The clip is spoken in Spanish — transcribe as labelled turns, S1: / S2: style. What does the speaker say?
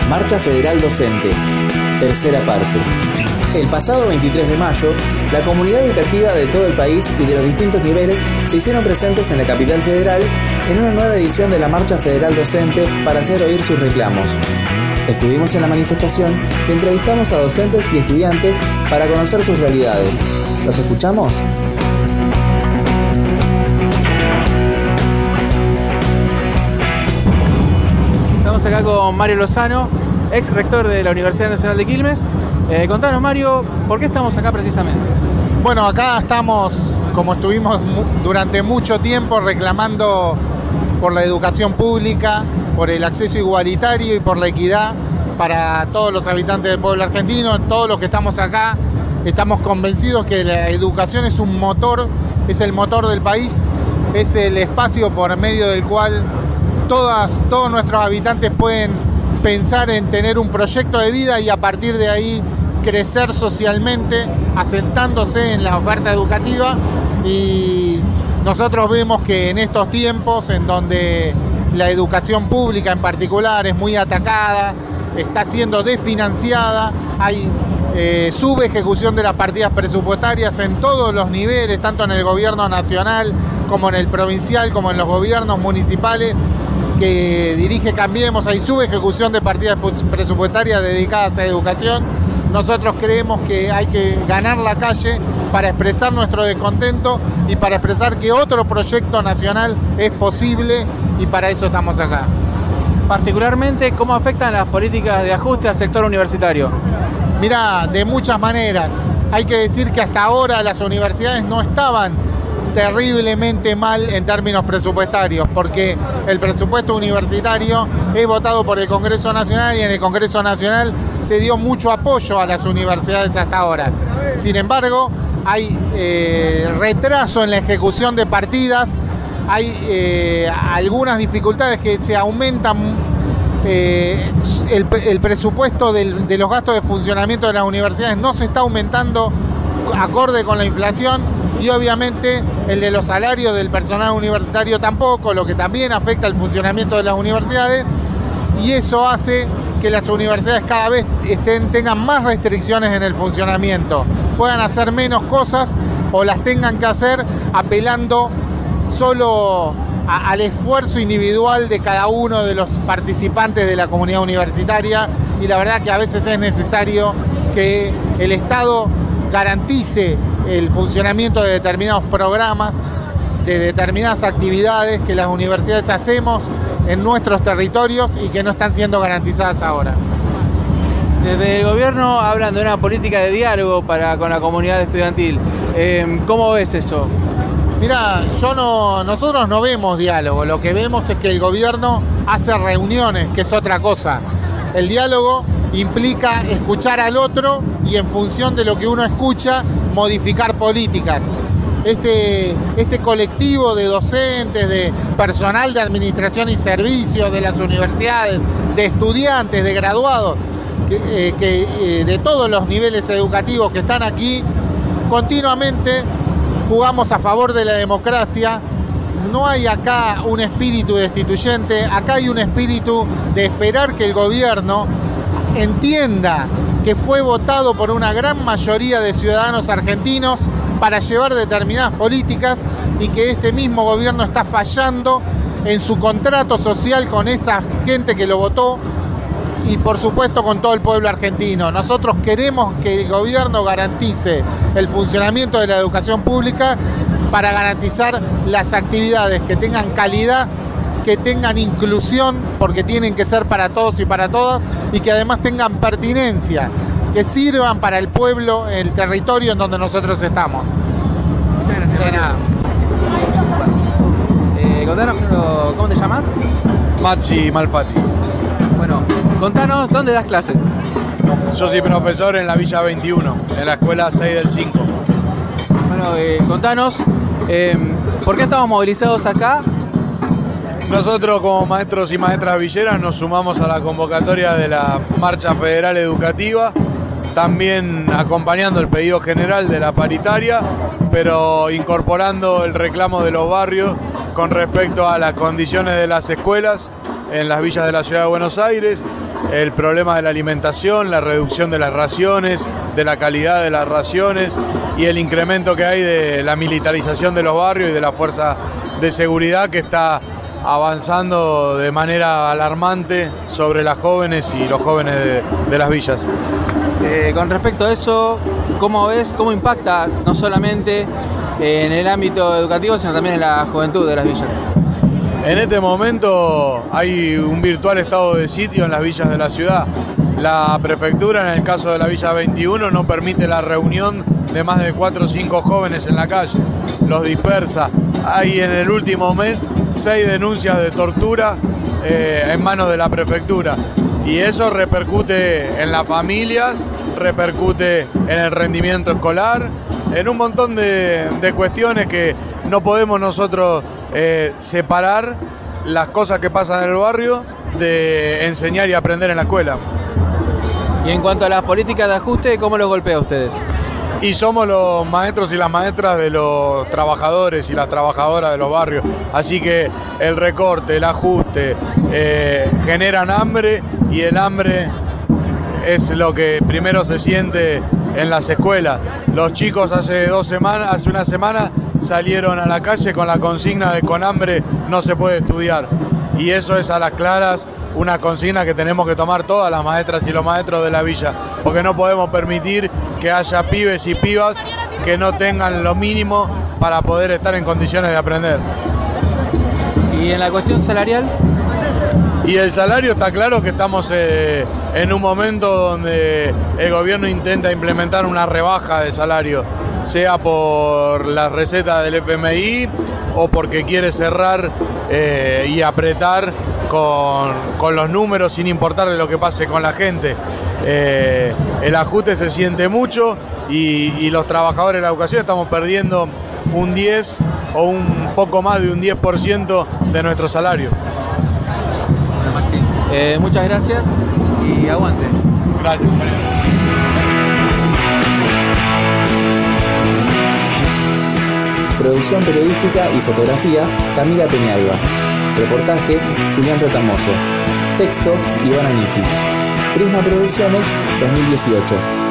S1: Marcha Federal Docente, tercera parte. El pasado 23 de mayo, la comunidad educativa de todo el país y de los distintos niveles se hicieron presentes en la capital federal en una nueva edición de la Marcha Federal Docente para hacer oír sus reclamos. Estuvimos en la manifestación y entrevistamos a docentes y estudiantes para conocer sus realidades. ¿Los escuchamos?
S2: Estamos acá con Mario Lozano, ex rector de la Universidad Nacional de Quilmes. Contanos, Mario, ¿por qué estamos acá precisamente?
S3: Bueno, acá estamos, como estuvimos durante mucho tiempo, reclamando por la educación pública, por el acceso igualitario y por la equidad para todos los habitantes del pueblo argentino. Todos los que estamos acá estamos convencidos que la educación es un motor, es el motor del país, es el espacio por medio del cual todos nuestros habitantes pueden pensar en tener un proyecto de vida y a partir de ahí crecer socialmente, asentándose en la oferta educativa. Y nosotros vemos que en estos tiempos en donde la educación pública en particular es muy atacada, está siendo desfinanciada, hay subejecución de las partidas presupuestarias en todos los niveles, tanto en el gobierno nacional como en el provincial, como en los gobiernos municipales que dirige Cambiemos, hay subejecución de partidas presupuestarias dedicadas a educación. Nosotros creemos que hay que ganar la calle para expresar nuestro descontento y para expresar que otro proyecto nacional es posible, y para eso estamos acá.
S2: Particularmente, ¿cómo afectan las políticas de ajuste al sector universitario?
S3: Mirá, de muchas maneras. Hay que decir que hasta ahora las universidades no estaban terriblemente mal en términos presupuestarios, porque el presupuesto universitario es votado por el Congreso Nacional y en el Congreso Nacional se dio mucho apoyo a las universidades hasta ahora. Sin embargo, hay retraso en la ejecución de partidas, hay algunas dificultades que se aumentan. El presupuesto de los gastos de funcionamiento de las universidades no se está aumentando acorde con la inflación, y obviamente el de los salarios del personal universitario tampoco, lo que también afecta el funcionamiento de las universidades, y eso hace que las universidades cada vez tengan más restricciones en el funcionamiento, puedan hacer menos cosas o las tengan que hacer apelando solo al esfuerzo individual de cada uno de los participantes de la comunidad universitaria. Y la verdad que a veces es necesario que el Estado garantice el funcionamiento de determinados programas, de determinadas actividades que las universidades hacemos en nuestros territorios y que no están siendo garantizadas ahora.
S2: Desde el gobierno hablan de una política de diálogo con la comunidad estudiantil. ¿Cómo ves eso?
S3: Mirá, nosotros no vemos diálogo, lo que vemos es que el gobierno hace reuniones, que es otra cosa. El diálogo implica escuchar al otro y en función de lo que uno escucha, modificar políticas. Este colectivo de docentes, de personal de administración y servicios de las universidades, de estudiantes, de graduados, de todos los niveles educativos que están aquí, continuamente jugamos a favor de la democracia. No hay acá un espíritu destituyente, acá hay un espíritu de esperar que el gobierno entienda que fue votado por una gran mayoría de ciudadanos argentinos para llevar determinadas políticas y que este mismo gobierno está fallando en su contrato social con esa gente que lo votó y por supuesto con todo el pueblo argentino. Nosotros queremos que el gobierno garantice el funcionamiento de la educación pública para garantizar las actividades que tengan calidad, que tengan inclusión, porque tienen que ser para todos y para todas, y que además tengan pertinencia, que sirvan para el pueblo, el territorio en donde nosotros estamos.
S2: Muchas gracias.
S3: De nada.
S2: Contanos, ¿cómo te llamas?
S4: Maxi Malfatti.
S2: Bueno, contanos, ¿dónde das clases?
S4: Yo soy profesor en la Villa 21, en la escuela 6 del 5.
S2: Bueno, contanos, ¿por qué estamos movilizados acá?
S4: Nosotros como maestros y maestras villeras nos sumamos a la convocatoria de la Marcha Federal Educativa, también acompañando el pedido general de la paritaria, pero incorporando el reclamo de los barrios con respecto a las condiciones de las escuelas en las villas de la Ciudad de Buenos Aires el problema de la alimentación, la reducción de las raciones, de la calidad de las raciones y el incremento que hay de la militarización de los barrios y de la fuerza de seguridad que está avanzando de manera alarmante sobre las jóvenes y los jóvenes de las villas.
S2: Con respecto a eso, ¿cómo ves, cómo impacta no solamente en el ámbito educativo, sino también en la juventud de las villas?
S4: En este momento hay un virtual estado de sitio en las villas de la ciudad. La prefectura, en el caso de la Villa 21, no permite la reunión de más de 4 o 5 jóvenes en la calle. Los dispersa. Hay en el último mes 6 denuncias de tortura en manos de la prefectura. Y eso repercute en las familias, repercute en el rendimiento escolar, en un montón de cuestiones que no podemos nosotros separar las cosas que pasan en el barrio de enseñar y aprender en la escuela.
S2: Y en cuanto a las políticas de ajuste, ¿cómo los golpea a ustedes?
S4: Y somos los maestros y las maestras de los trabajadores y las trabajadoras de los barrios. Así que el recorte, el ajuste, generan hambre, y el hambre es lo que primero se siente en las escuelas. Los chicos hace una semana salieron a la calle con la consigna de con hambre no se puede estudiar. Y eso es a las claras una consigna que tenemos que tomar todas las maestras y los maestros de la villa, porque no podemos permitir que haya pibes y pibas que no tengan lo mínimo para poder estar en condiciones de aprender.
S2: ¿Y en la cuestión salarial?
S4: Y el salario, está claro que estamos en un momento donde el gobierno intenta implementar una rebaja de salario, sea por la receta del FMI o porque quiere cerrar y apretar con los números sin importarle lo que pase con la gente. El ajuste se siente mucho y los trabajadores de la educación estamos perdiendo un 10 o un poco más de un 10% de nuestro salario.
S2: Muchas gracias y aguante.
S4: Gracias, compañero.
S1: Producción periodística y fotografía, Camila Peñalba. Reportaje, Julián Retamoso. Texto, Iván Aniti. Prisma Producciones, 2018.